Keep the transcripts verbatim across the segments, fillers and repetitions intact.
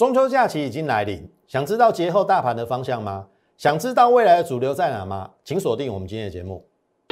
中秋假期已经来临，想知道节后大盘的方向吗？想知道未来的主流在哪吗？请锁定我们今天的节目。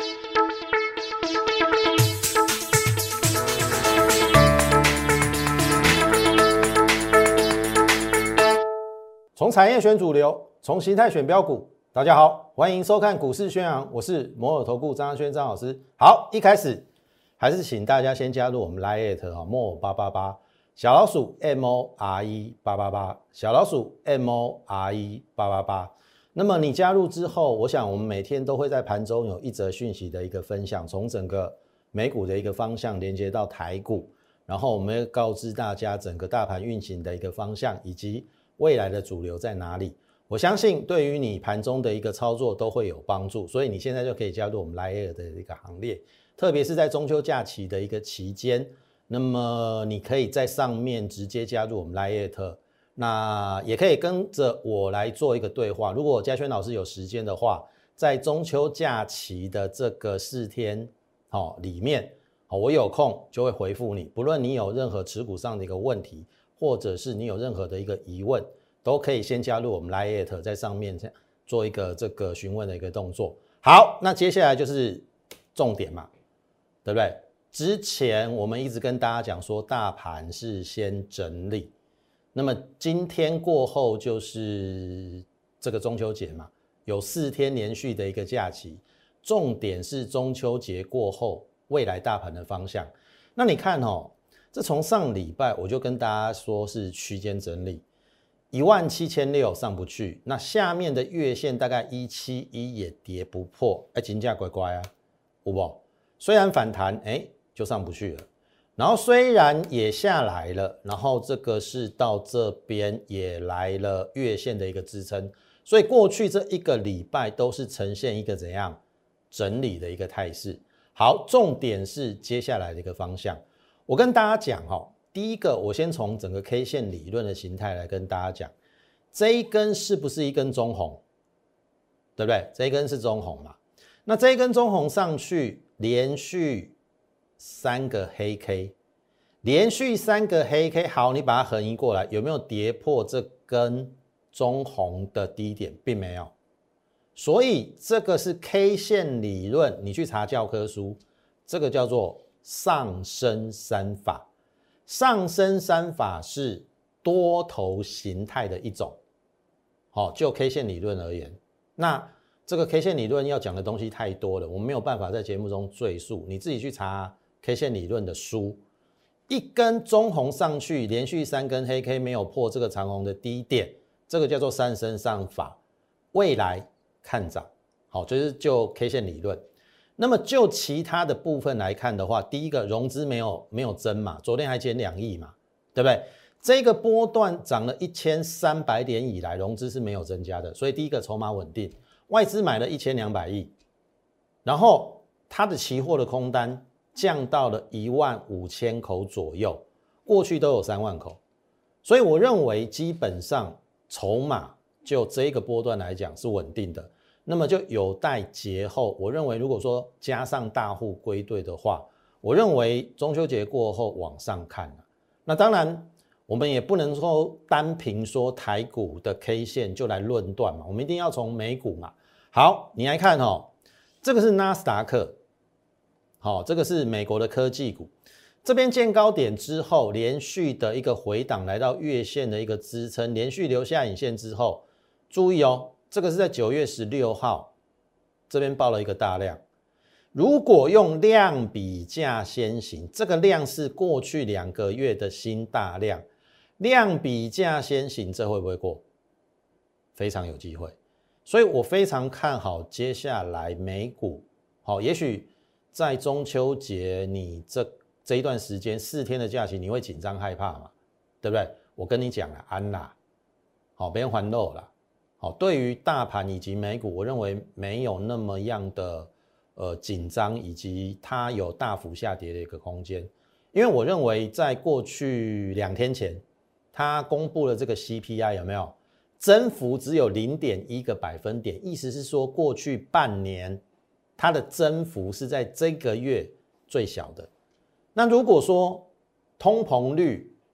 从产业选主流，从形态选标股。大家好，欢迎收看股市宣扬，我是摩尔投顾张安轩张老师。好，一开始还是请大家先加入我们 Line 哈 more 八八八。小老鼠 M O R E 八八八， 小老鼠 M O R E 八八八。那么你加入之后，我想我们每天都会在盘中有一则讯息的一个分享，从整个美股的一个方向连接到台股，然后我们会告知大家整个大盘运行的一个方向，以及未来的主流在哪里。我相信对于你盘中的一个操作都会有帮助，所以你现在就可以加入我们 Line 的一个行列，特别是在中秋假期的一个期间。那么你可以在上面直接加入我们 Line， 那也可以跟着我来做一个对话。如果嘉轩老师有时间的话，在中秋假期的这个四天、哦、里面、哦、我有空就会回复你，不论你有任何持股上的一个问题，或者是你有任何的一个疑问，都可以先加入我们 Line， 在上面做一个这个询问的一个动作。好，那接下来就是重点嘛，对不对？之前我们一直跟大家讲说，大盘是先整理，那么今天过后就是这个中秋节嘛，有四天连续的一个假期，重点是中秋节过后未来大盘的方向。那你看哦，这从上礼拜我就跟大家说是区间整理，一万七千六百上不去，那下面的月线大概一七一也跌不破，哎，金价乖乖啊，有没？虽然反弹，哎。就上不去了，然后虽然也下来了，然后这个是到这边也来了月线的一个支撑，所以过去这一个礼拜都是呈现一个怎样整理的一个态势。好，重点是接下来的一个方向，我跟大家讲哦，第一个我先从整个 K 线理论的形态来跟大家讲，这一根是不是一根中红，对不对？这一根是中红嘛，那这一根中红上去连续三个黑 K， 连续三个黑 K， 好，你把它横移过来，有没有跌破这根中红的低点？并没有，所以这个是 K 线理论，你去查教科书，这个叫做上升三法。上升三法是多头形态的一种，好，就 K 线理论而言，那这个 K 线理论要讲的东西太多了，我没有办法在节目中赘述，你自己去查K 线理论的书，一根中红上去，连续三根黑 K 没有破这个长红的低点，这个叫做上升三法，未来看涨。好，就是就 K 线理论。那么就其他的部分来看的话，第一个融资没有没有增嘛，昨天还减两亿嘛，对不对？这个波段涨了一千三百点以来，融资是没有增加的，所以第一个筹码稳定，外资买了一千两百亿，然后它的期货的空单降到了一万五千口左右，过去都有三万口，所以我认为基本上筹码就这个波段来讲是稳定的，那么就有待节后，我认为如果说加上大户归队的话，我认为中秋节过后往上看啊，那当然我们也不能说单凭说台股的 K 线就来论断嘛，我们一定要从美股嘛。好，你来看哦，这个是纳斯达克。好，这个是美国的科技股，这边见高点之后，连续的一个回档来到月线的一个支撑，连续留下影线之后，注意哦，这个是在九月十六号这边爆了一个大量。如果用量比价先行，这个量是过去两个月的新大量，量比价先行，这会不会过？非常有机会，所以我非常看好接下来美股。好，也许在中秋节你这这一段时间四天的假期，你会紧张害怕嘛？对不对？我跟你讲了，安啦，好，别还漏啦。好，对于大盘以及美股，我认为没有那么样的呃紧张，以及它有大幅下跌的一个空间。因为我认为在过去两天前，它公布了这个 C P I 有没有增幅只有 零点一 个百分点，意思是说过去半年它的增幅是在这个月最小的。那如果说通膨率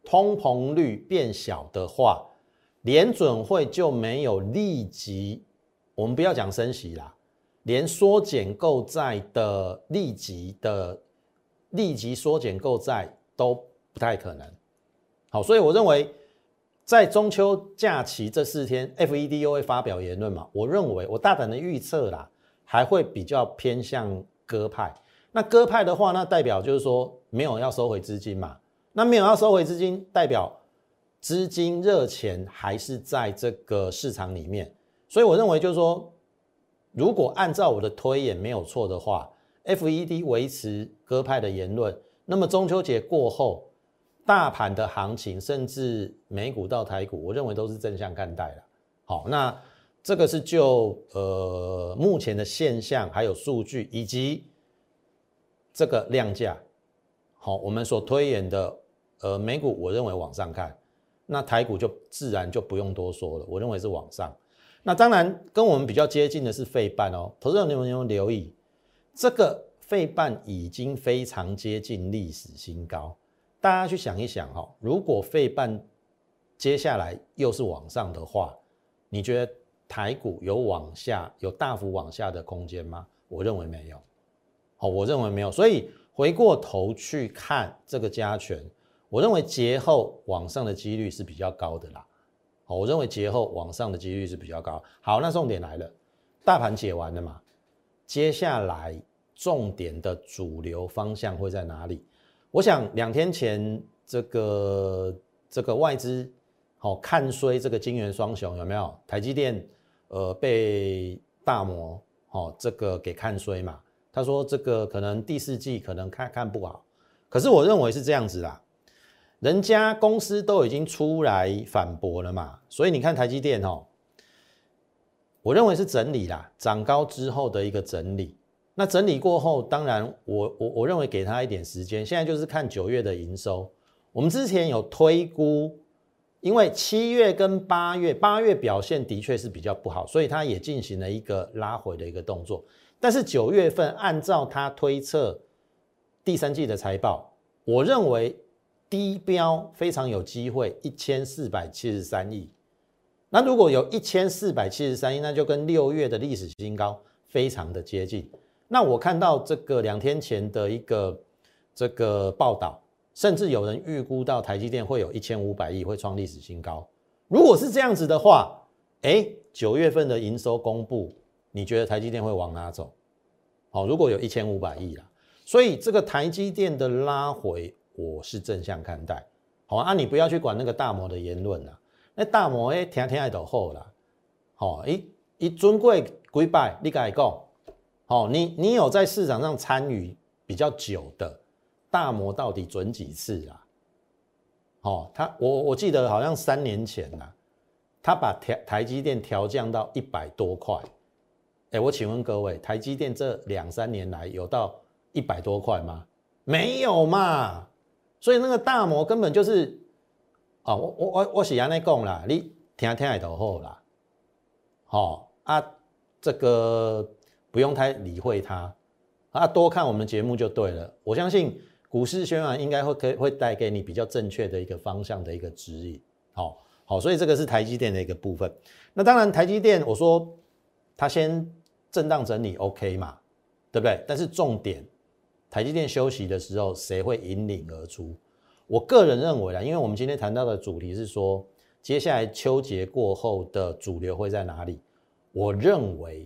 通膨率变小的话，联准会就没有立即，我们不要讲升息啦，连缩减购债的立即的立即缩减购债都不太可能。好，所以我认为在中秋假期这四天 ，F E D 又会发表言论嘛，我认为我大胆的预测啦，还会比较偏向鸽派。那鸽派的话，那代表就是说没有要收回资金嘛，那没有要收回资金，代表资金热钱还是在这个市场里面，所以我认为就是说，如果按照我的推演没有错的话 ，F E D 维持鸽派的言论，那么中秋节过后，大盘的行情甚至美股到台股，我认为都是正向看待了。好，那这个是就呃目前的现象，还有数据以及这个量价，好，我们所推演的呃美股，我认为往上看，那台股就自然就不用多说了，我认为是往上。那当然跟我们比较接近的是费半哦，投资者你有没有留意，这个费半已经非常接近历史新高，大家去想一想哦，如果费半接下来又是往上的话，你觉得台股有往下有大幅往下的空间吗？我认为没有。好，我认为没有，所以回过头去看这个加权，我认为节后往上的几率是比较高的啦。好，我认为节后往上的几率是比较高。好，那重点来了，大盘解完了嘛，接下来重点的主流方向会在哪里？我想两天前这个这个外资好看衰这个晶圆双雄有没有？台积电呃被大摩好这个给看衰嘛？他说这个可能第四季可能看看不好，可是我认为是这样子啦，人家公司都已经出来反驳了嘛，所以你看台积电哦，我认为是整理啦，涨高之后的一个整理。那整理过后，当然我我我认为给他一点时间，现在就是看九月的营收。我们之前有推估，因为七月跟八月，八月表现的确是比较不好，所以他也进行了一个拉回的一个动作。但是九月份按照他推测第三季的财报，我认为低标非常有机会一千四百七十三亿。那如果有一千四百七十三亿，那就跟六月的历史新高非常的接近。那我看到这个两天前的一个这个报道，甚至有人预估到台积电会有一千五百亿会创历史新高。如果是这样子的话，哎，九月份的营收公布，你觉得台积电会往哪走？好，如果有一千五百亿啦，所以这个台积电的拉回，我是正向看待。好啊，你不要去管那个大摩的言论啦，那大摩哎，听听爱就好啦。好，一一尊贵几摆，你敢讲？好，你你有在市场上参与比较久的，大摩到底准几次啦？好，他我我记得好像三年前啦，他把台台积电调降到一百多块。哎，我请问各位，台积电这两三年来有到一百多块吗？没有嘛，所以那个大摩根本就是啊、哦，我我我我是这样讲啦，你听听就好啦。好、哦、啊，这个不用太理会它啊，多看我们节目就对了。我相信股市宣传应该会可以会带给你比较正确的一个方向的一个指引。好、哦、好，所以这个是台积电的一个部分。那当然，台积电我说它先震荡整理 OK 嘛，对不对？但是重点，台积电休息的时候，谁会引领而出？我个人认为啦，因为我们今天谈到的主题是说，接下来秋节过后的主流会在哪里？我认为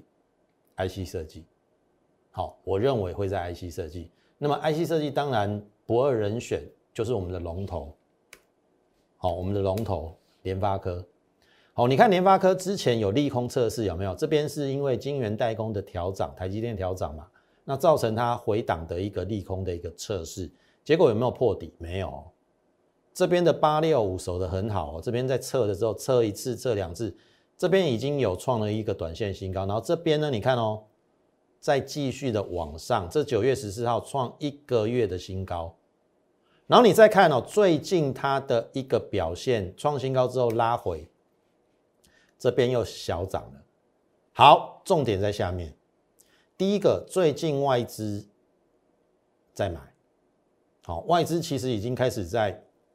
I C 设计，好，我认为会在 I C 设计。那么 I C 设计当然不二人选就是我们的龙头，好，我们的龙头联发科。好，你看联发科之前有利空测试有没有？这边是因为晶圆代工的调涨，台积电调涨嘛，那造成它回档的一个利空的一个测试，结果有没有破底？没有。这边的八六五守得很好哦，这边在测的时候测一次、测两次，这边已经有创了一个短线新高，然后这边呢，你看哦，再继续的往上，这九月十四号创一个月的新高，然后你再看哦，最近它的一个表现，创新高之后拉回。这边又小涨了。好，重点在下面。第一个，最近外资在买。好，外资其实已经开始在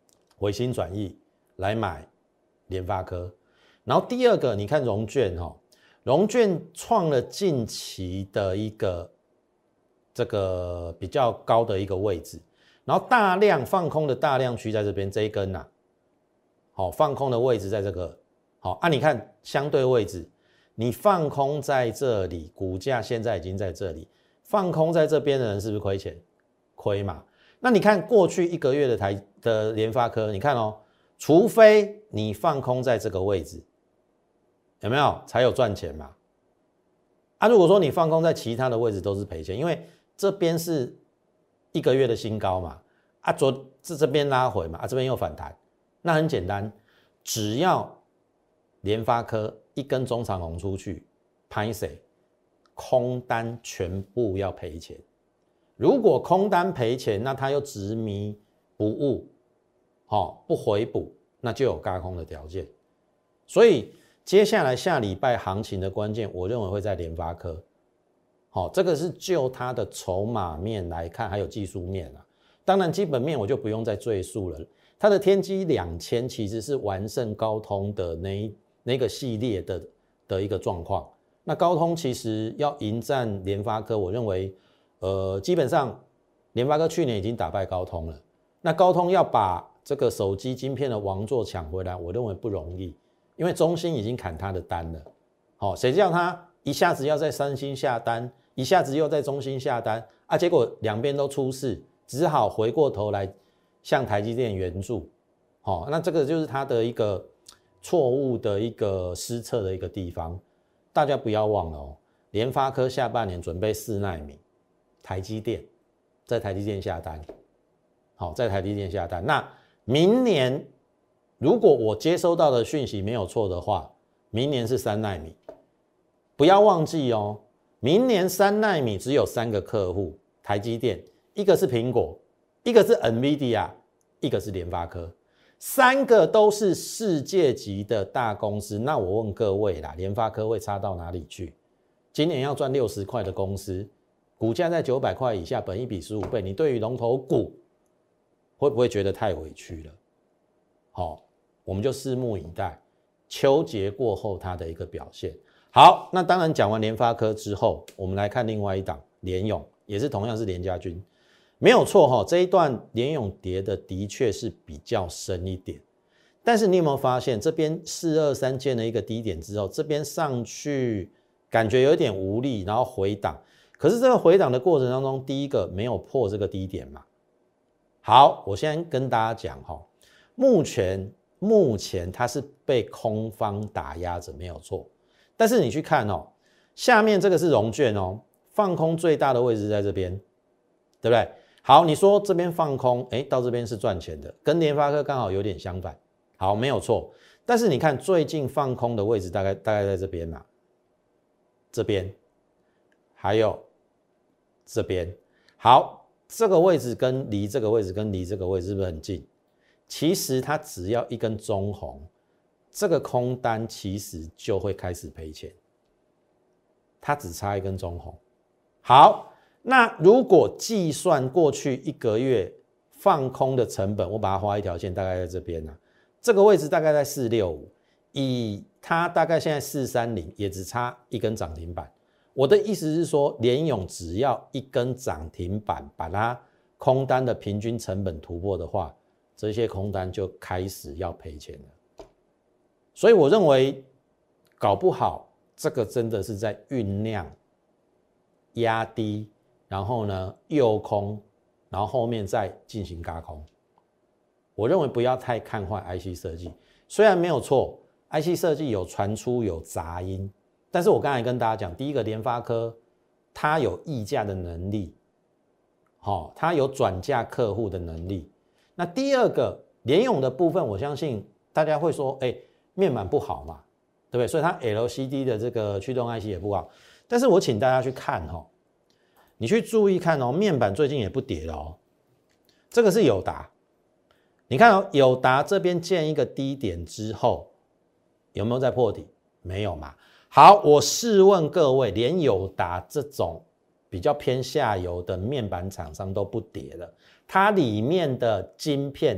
回心转意来买联发科。然后第二个，你看融券哈、哦，融券创了近期的一个这个比较高的一个位置，然后大量放空的大量区在这边这一根呐、啊，好、哦，放空的位置在这个，好、哦、啊，你看相对位置，你放空在这里，股价现在已经在这里，放空在这边的人是不是亏钱？亏嘛。那你看过去一个月的台的联发科，你看哦，除非你放空在这个位置。有没有才有赚钱嘛？啊，如果说你放空在其他的位置都是赔钱，因为这边是一个月的新高嘛，啊，昨这这边拉回嘛，啊，这边又反弹，那很简单，只要联发科一根中长红出去，拍谁空单全部要赔钱。如果空单赔钱，那他又执迷不悟，哦，不回补，那就有軋空的条件，所以。接下来下礼拜行情的关键，我认为会在联发科。好、哦，这个是就它的筹码面来看，还有技术面啊。当然基本面我就不用再赘述了。它的天玑两千其实是完胜高通的那一那个系列的的一个状况。那高通其实要迎战联发科，我认为，呃，基本上联发科去年已经打败高通了。那高通要把这个手机晶片的王座抢回来，我认为不容易。因为中兴已经砍他的单了，好、哦，谁叫他一下子要在三星下单，一下子又在中兴下单啊？结果两边都出事，只好回过头来向台积电援助，好、哦，那这个就是他的一个错误的一个失策的一个地方。大家不要忘了哦，联发科下半年准备四奈米，台积电在台积电下单，好、哦，在台积电下单，那明年。如果我接收到的讯息没有错的话，明年是三奈米，不要忘记哦，明年三奈米只有三个客户，台积电，一个是苹果，一个是 NVIDIA， 一个是联发科，三个都是世界级的大公司。那我问各位啦，联发科会差到哪里去？今年要赚六十块的公司，股价在九百块以下，本益比十五倍，你对于龙头股会不会觉得太委屈了？好、哦。我们就拭目以待，秋节过后它的一个表现。好，那当然讲完联发科之后，我们来看另外一档联咏，也是同样是联家军，没有错哈、哦。这一段联咏跌的的确是比较深一点，但是你有没有发现这边四二三见了一个低点之后，这边上去感觉有点无力，然后回档。可是这个回档的过程当中，第一个没有破这个低点嘛。好，我先跟大家讲哈、哦，目前。目前它是被空方打压着，没有错。但是你去看哦，下面这个是融券哦，放空最大的位置在这边，对不对？好，你说这边放空，哎，到这边是赚钱的，跟联发科刚好有点相反。好，没有错。但是你看最近放空的位置大概大概在这边嘛，这边，还有这边。好，这个位置跟离这个位置跟离这个位置是不是很近？其实它只要一根中红，这个空单其实就会开始赔钱。它只差一根中红。好，那如果计算过去一个月放空的成本，我把它画一条线，大概在这边啊，这个位置大概在四六五，以它大概现在四三零，也只差一根涨停板。我的意思是说，联咏只要一根涨停板，把它空单的平均成本突破的话，这些空单就开始要赔钱了。所以我认为搞不好这个真的是在酝酿压低，然后呢诱空，然后后面再进行軋空。我认为不要太看坏 I C 设计，虽然没有错 ，I C 设计有传出有杂音，但是我刚才跟大家讲，第一个联发科它有议价的能力，好、哦，它有转嫁客户的能力。那第二个联咏的部分，我相信大家会说，哎，面板不好嘛，对不对？所以它 L C D 的这个驱动 I C 也不好。但是我请大家去看哈、哦，你去注意看哦，面板最近也不跌了哦。这个是友达，你看哦，友达这边建一个低点之后，有没有在破底？没有嘛。好，我试问各位，连友达这种比较偏下游的面板厂商都不跌了，它里面的晶片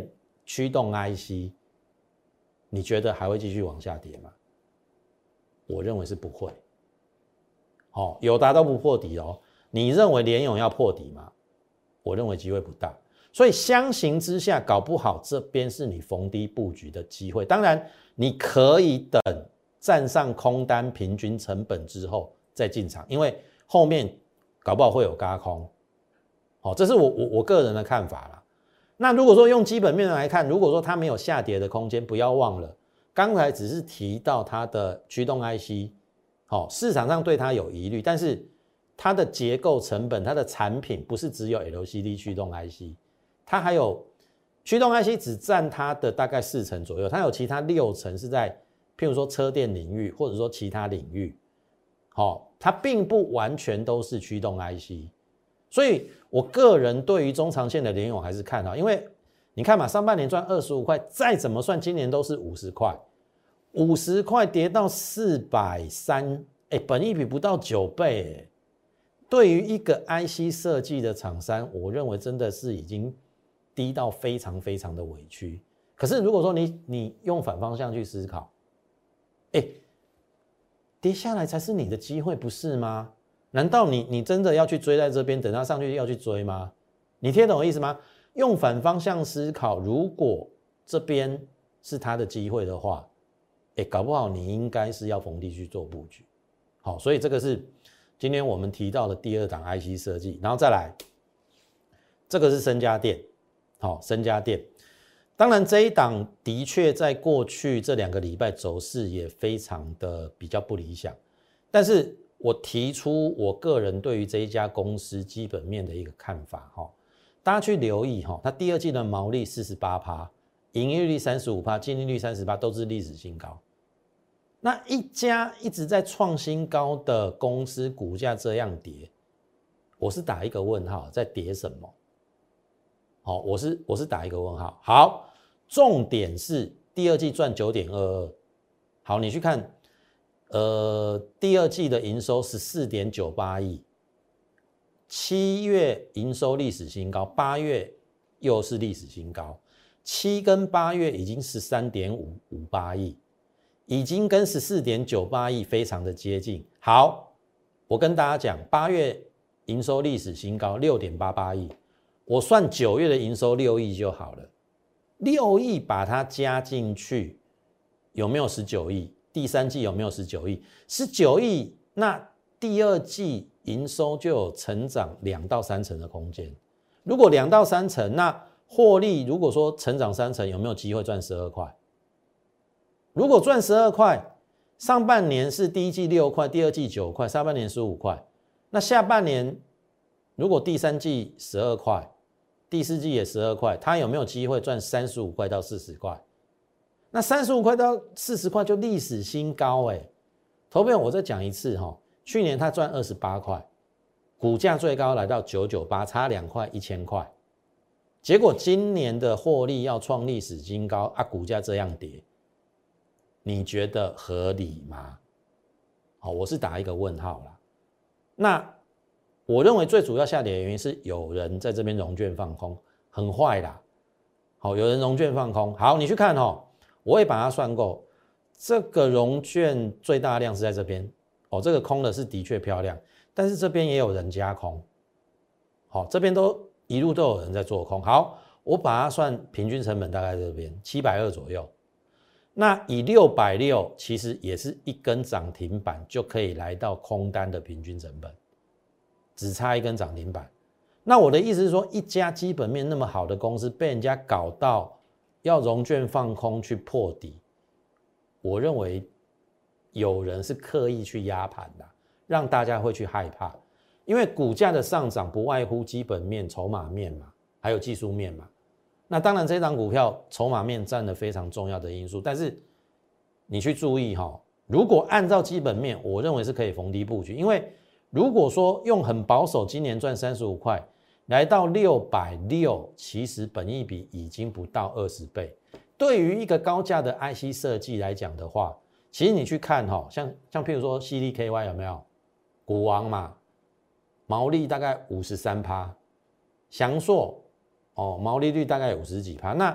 驱动 I C， 你觉得还会继续往下跌吗？我认为是不会。哦，友达都不破底哦，你认为联咏要破底吗？我认为机会不大。所以相形之下，搞不好这边是你逢低布局的机会。当然，你可以等站上空单平均成本之后再进场，因为后面搞不好会有軋空。好、哦，这是我我我个人的看法啦。那如果说用基本面来看，如果说它没有下跌的空间，不要忘了，刚才只是提到它的驱动 I C， 好、哦，市场上对它有疑虑，但是它的结构成本，它的产品不是只有 L C D 驱动 I C。它还有驱动 I C 只占它的大概四成左右，它有其他六成是在譬如说车电领域或者说其他领域，好、哦，它并不完全都是驱动 I C， 所以我个人对于中长线的联咏还是看好，因为你看嘛，上半年赚二十五块，再怎么算今年都是五十块，五十块跌到四百三十，哎，本益比不到九倍，哎，对于一个 I C 设计的厂商，我认为真的是已经低到非常非常的委屈。可是如果说你你用反方向去思考，哎，跌下来才是你的机会，不是吗？难道你你真的要去追在这边，等它上去要去追吗？你听懂我意思吗？用反方向思考，如果这边是它的机会的话，哎，搞不好你应该是要逢低去做布局。好，所以这个是今天我们提到的第二档 I C 设计，然后再来，这个是身家电。好，身家电，当然这一档的确在过去这两个礼拜走势也非常的比较不理想，但是我提出我个人对于这一家公司基本面的一个看法哈，大家去留意哈，它第二季的毛利 百分之四十八， 营业率 百分之三十五， 净利率 百分之三十八， 都是历史新高。那一家一直在创新高的公司股价这样跌，我是打一个问号，在跌什么？好，我是我是打一个问号。好，重点是第二季赚 九点二二。好，你去看，呃，第二季的营收 十四点九八亿，七月营收历史新高，八月又是历史新高，七跟八月已经 十三点五八亿，已经跟 十四点九八亿非常的接近。好，我跟大家讲，八月营收历史新高 六点八八亿。我算九月的营收六亿就好了，六亿把它加进去，有没有十九亿？第三季有没有十九亿？十九亿，那第二季营收就有成长两到三成的空间。如果两到三成，那获利如果说成长三成，有没有机会赚十二块？如果赚十二块，上半年是第一季六块，第二季九块，下半年十五块，那下半年如果第三季十二块，第四季也十二块，它有没有机会赚三十五块到四十块？那三十五块到四十块就历史新高哎！投票我再讲一次哈，去年它赚二十八块，股价最高来到九百九十八，差两块一千块，结果今年的获利要创历史新高啊，股价这样跌，你觉得合理吗？好，我是打一个问号啦。那我认为最主要下跌的原因是有人在这边融券放空，很坏啦。好，有人融券放空。好，你去看哦，我也把它算够，这个融券最大量是在这边哦，这个空的是的确漂亮，但是这边也有人加空。好，这边都一路都有人在做空。好，我把它算平均成本大概这边七百二十左右。那以六百六十其实也是一根涨停板就可以来到空单的平均成本。只差一根涨停板，那我的意思是说，一家基本面那么好的公司被人家搞到要融券放空去破底，我认为有人是刻意去压盘的，让大家会去害怕，因为股价的上涨不外乎基本面、筹码面嘛，还有技术面嘛。那当然，这档股票筹码面占了非常重要的因素，但是你去注意哈，如果按照基本面，我认为是可以逢低布局，因为如果说用很保守，今年赚三十五块，来到六百六十，其实本益比已经不到二十倍。对于一个高价的 I C 设计来讲的话，其实你去看哈，像像譬如说 C D K Y 有没有？股王嘛，毛利大概 百分之五十三， 祥硕哦，毛利率大概五十几趴。那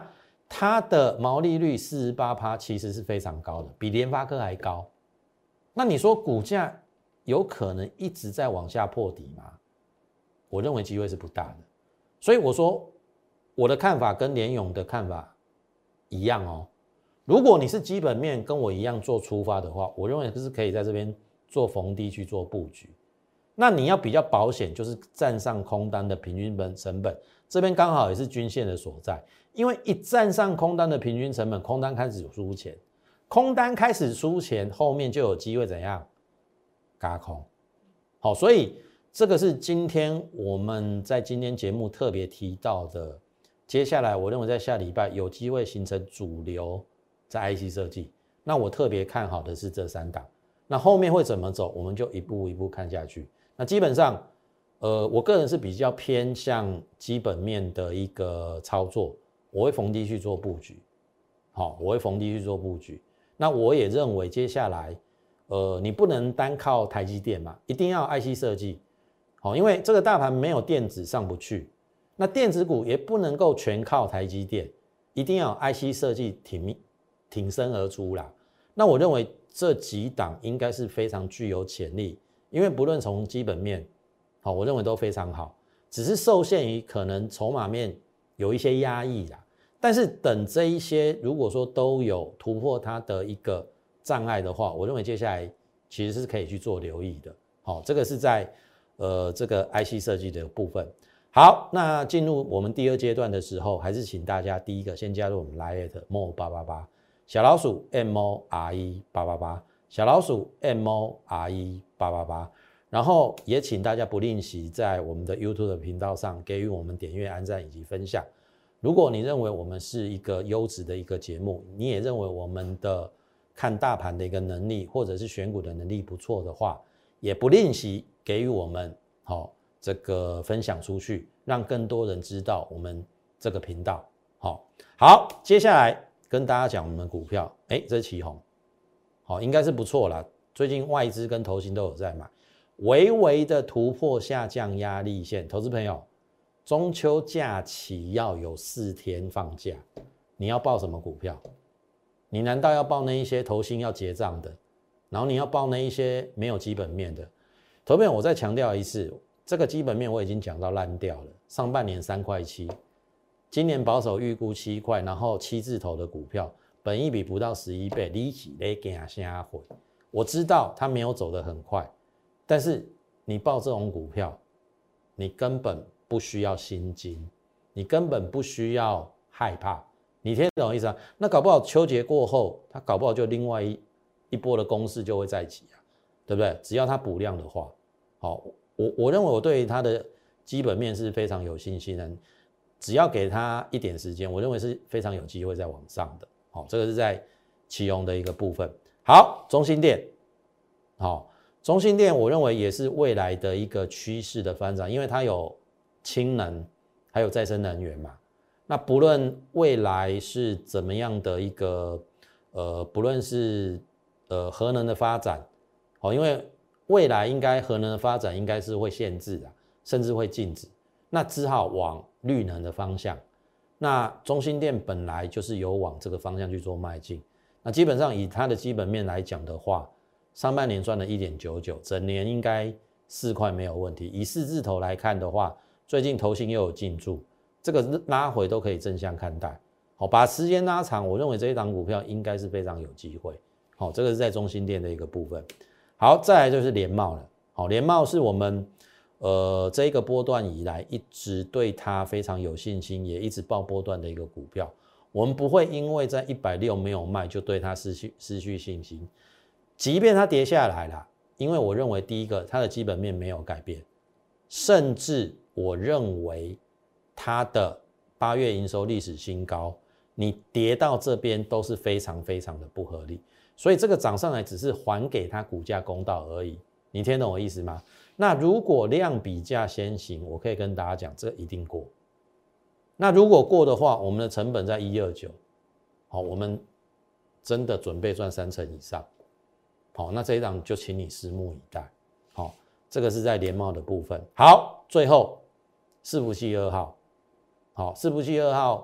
它的毛利率 百分之四十八 其实是非常高的，比联发科还高。那你说股价有可能一直在往下破底吗？我认为机会是不大的。所以我说我的看法跟联咏的看法一样哦。如果你是基本面跟我一样做出发的话，我认为是可以在这边做逢低去做布局。那你要比较保险，就是站上空单的平均本成本，这边刚好也是均线的所在。因为一站上空单的平均成本，空单开始输钱，空单开始输钱，后面就有机会怎样？軋空。好，所以这个是今天我们在今天节目特别提到的。接下来我认为在下礼拜有机会形成主流在 I C 设计，那我特别看好的是这三档。那后面会怎么走，我们就一步一步看下去。那基本上，呃，我个人是比较偏向基本面的一个操作，我会逢低去做布局。好，我会逢低去做布局。那我也认为接下来，呃，你不能单靠台积电嘛，一定要 I C 设计。好，因为这个大盘没有电子上不去，那电子股也不能够全靠台积电，一定要有 I C 设计挺挺身而出啦。那我认为这几档应该是非常具有潜力，因为不论从基本面，好，我认为都非常好，只是受限于可能筹码面有一些压抑啦。但是等这一些如果说都有突破它的一个障碍的话，我认为接下来其实是可以去做留意的。好，这个是在呃这个 I C 设计的部分。好，那进入我们第二阶段的时候，还是请大家第一个先加入我们 Line Mo 八八八小老鼠 M O R E 八八八小老鼠 M O R E 八八八，然后也请大家不吝惜在我们的 YouTube 的频道上给予我们点阅、按赞以及分享。如果你认为我们是一个优质的一个节目，你也认为我们的看大盘的一个能力或者是选股的能力不错的话，也不吝惜给予我们好、哦、这个分享出去，让更多人知道我们这个频道。好，好，接下来跟大家讲我们的股票，哎，这是奇鋐，好，应该是不错啦。最近外资跟投信都有在买，微微的突破下降压力线。投资朋友，中秋假期要有四天放假，你要报什么股票？你难道要报那一些投信要结账的，然后你要报那一些没有基本面的？投资朋友，我再强调一次，这个基本面我已经讲到烂掉了。上半年三块七，今年保守预估七块，然后七字头的股票，本益比不到十一倍，你起来给它下回。我知道它没有走得很快，但是你报这种股票，你根本不需要心惊，你根本不需要害怕，你听懂我意思啊？那搞不好秋节过后，它搞不好就另外一一波的攻势就会再起啊，对不对？只要它补量的话，好，我我认为我对它的基本面是非常有信心的，只要给它一点时间，我认为是非常有机会再往上的。好，这个是在奇鋐的一个部分。好，中兴电，好，中兴电我认为也是未来的一个趋势的发展，因为它有氢能，还有再生能源嘛。那不论未来是怎么样的一个呃，不论是呃核能的发展，好，因为未来应该核能的发展应该是会限制的，甚至会禁止，那只好往绿能的方向。那中兴电本来就是有往这个方向去做迈进。那基本上以它的基本面来讲的话，上半年赚了 一点九九， 整年应该四块没有问题。以四字头来看的话，最近投信又有进驻，这个拉回都可以正向看待。好，把时间拉长，我认为这一档股票应该是非常有机会。好，这个是在中兴电的一个部分。好，再来就是联茂了。好，联茂是我们呃这一个波段以来一直对它非常有信心，也一直抱波段的一个股票。我们不会因为在一百六没有卖就对它失去失去信心，即便它跌下来了，因为我认为第一个它的基本面没有改变，甚至我认为它的八月营收历史新高，你跌到这边都是非常非常的不合理，所以这个涨上来只是还给它股价公道而已，你听懂我意思吗？那如果量比价先行，我可以跟大家讲，这一定过。那如果过的话，我们的成本在一二九，好，我们真的准备赚三成以上，好，那这一档就请你拭目以待，好，这个是在联茂的部分。好，最后伺服器二号，好，伺服器二号，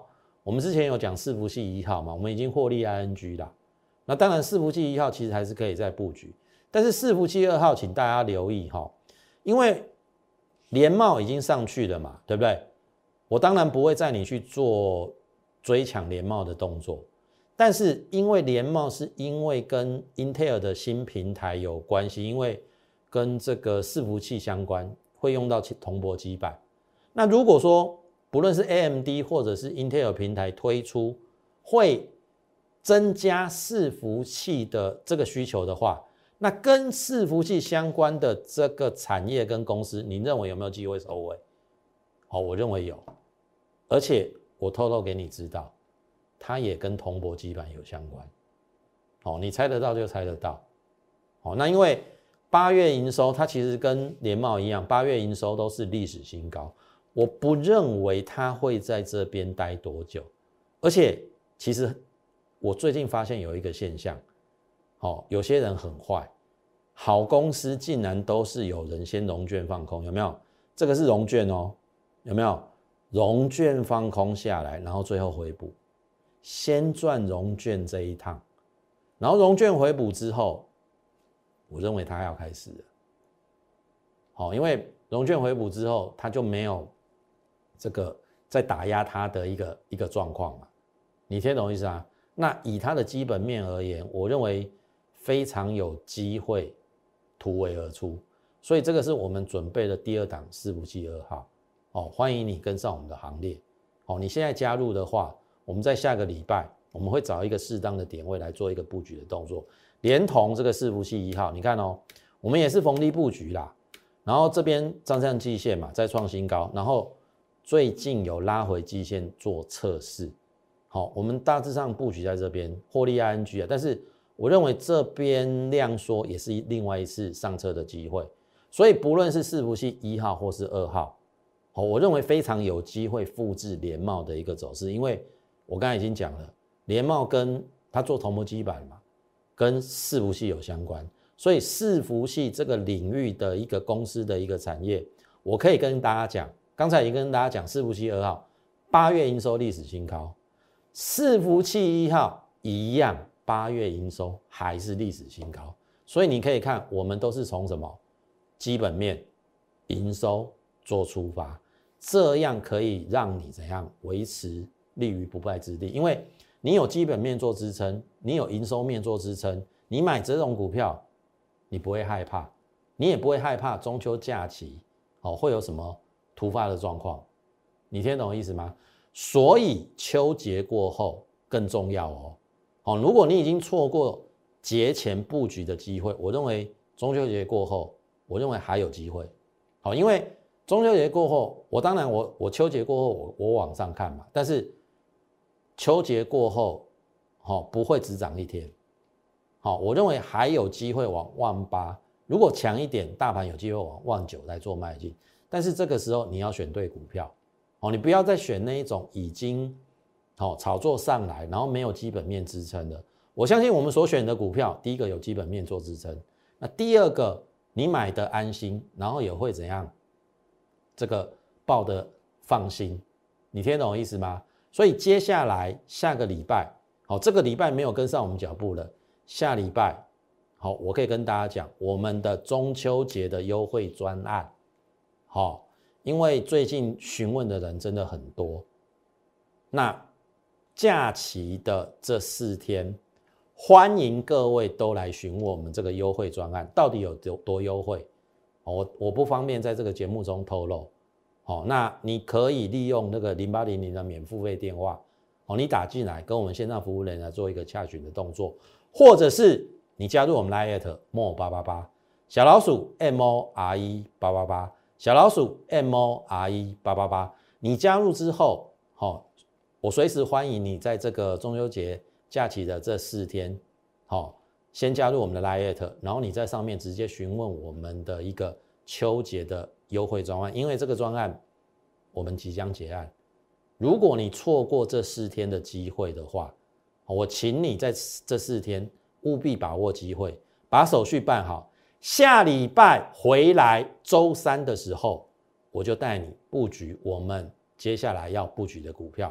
我们之前有讲伺服器一号嘛，我们已经获利 I N G 啦。那当然伺服器一号其实还是可以再布局，但是伺服器二号请大家留意哈，因为联茂已经上去了嘛，对不对？我当然不会在你去做追抢联茂的动作，但是因为联茂是因为跟 Intel 的新平台有关系，因为跟这个伺服器相关，会用到铜箔基板。那如果说不论是 A M D 或者是 Intel 平台推出，会增加伺服器的这个需求的话，那跟伺服器相关的这个产业跟公司，你认为有没有机会收尾？好，我认为有，而且我透露给你知道，它也跟铜箔基板有相关。好，你猜得到就猜得到。好，那因为八月营收，它其实跟联茂一样，八月营收都是历史新高。我不认为它会在这边待多久，而且其实我最近发现有一个现象，哦，有些人很坏，好公司竟然都是有人先融券放空，有没有？这个是融券哦，有没有？融券放空下来，然后最后回补，先赚融券这一趟，然后融券回补之后，我认为它要开始了，好，因为融券回补之后，它就没有这个在打压它的一个一个状况嘛，你听懂意思啊？那以它的基本面而言，我认为非常有机会突围而出，所以这个是我们准备的第二档伺服器二号，哦，欢迎你跟上我们的行列，哦，你现在加入的话，我们在下个礼拜我们会找一个适当的点位来做一个布局的动作，连同这个伺服器一号，你看哦，我们也是逢低布局啦，然后这边站上季线嘛，再创新高，然后最近有拉回季线做测试，好，我们大致上布局在这边获利 I N G 啊，但是我认为这边量缩也是另外一次上车的机会，所以不论是伺服器一号或是二号，好，我认为非常有机会复制联茂的一个走势，因为我刚才已经讲了，联茂跟它做铜箔基板嘛，跟伺服器有相关，所以伺服器这个领域的一个公司的一个产业，我可以跟大家讲。刚才已经跟大家讲，伺服器二号八月营收历史新高，伺服器一号一样，八月营收还是历史新高。所以你可以看，我们都是从什么基本面、营收做出发，这样可以让你怎样维持立于不败之地。因为你有基本面做支撑，你有营收面做支撑，你买这种股票，你不会害怕，你也不会害怕中秋假期哦会有什么突发的状况，你听懂意思吗？所以秋节过后更重要哦。哦，如果你已经错过节前布局的机会，我认为中秋节过后，我认为还有机会。好，因为中秋节过后，我当然我我秋节过后我我往上看嘛，但是秋节过后，好，不会只涨一天。好，我认为还有机会往万八，如果强一点，大盘有机会往万九来做迈进。但是这个时候你要选对股票，哦，你不要再选那一种已经哦炒作上来，然后没有基本面支撑的。我相信我们所选的股票，第一个有基本面做支撑，那第二个你买的安心，然后也会怎样？这个抱的放心，你听懂我意思吗？所以接下来下个礼拜，好，这个礼拜没有跟上我们脚步了，下礼拜好，我可以跟大家讲我们的中秋节的优惠专案。好，因为最近询问的人真的很多，那假期的这四天，欢迎各位都来询问我们这个优惠专案到底有多优惠，我我不方便在这个节目中透露。好，那你可以利用那个零八零零的免付费电话，哦，你打进来跟我们线上服务人员做一个洽询的动作，或者是你加入我们 Line at more 八八八 小老鼠 M O R E 八八八。小老鼠 M O R E 八八八，你加入之后，哦，我随时欢迎你在这个中秋节假期的这四天，哦，先加入我们的 Line， 然后你在上面直接询问我们的一个秋节的优惠专案，因为这个专案我们即将结案。如果你错过这四天的机会的话，我请你在这四天务必把握机会，把手续办好。下礼拜回来周三的时候，我就带你布局我们接下来要布局的股票，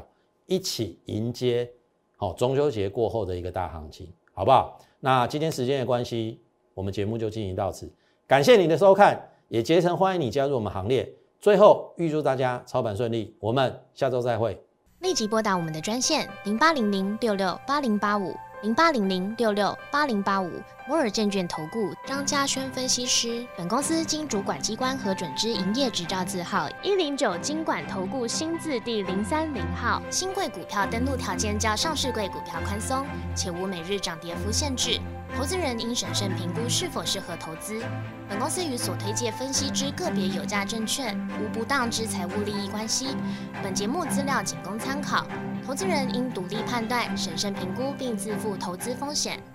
一起迎接好、哦、中秋节过后的一个大行情，好不好？那今天时间的关系，我们节目就进行到此，感谢你的收看，也竭诚欢迎你加入我们行列。最后预祝大家操盘顺利，我们下周再会。 立即拨打我们的专线零八零零六六八零八五零八零零六六八零八五摩尔证券投顾张嘉轩分析师。本公司经主管机关核准之营业执照字号一零九金管投顾新字第零三零号。新贵股票登录条件较上市贵股票宽松，且无每日涨跌幅限制。投资人应审慎评估是否适合投资。本公司与所推介分析之个别有价证券无不当之财务利益关系。本节目资料仅供参考，投资人应独立判断、审慎评估并自负投资风险。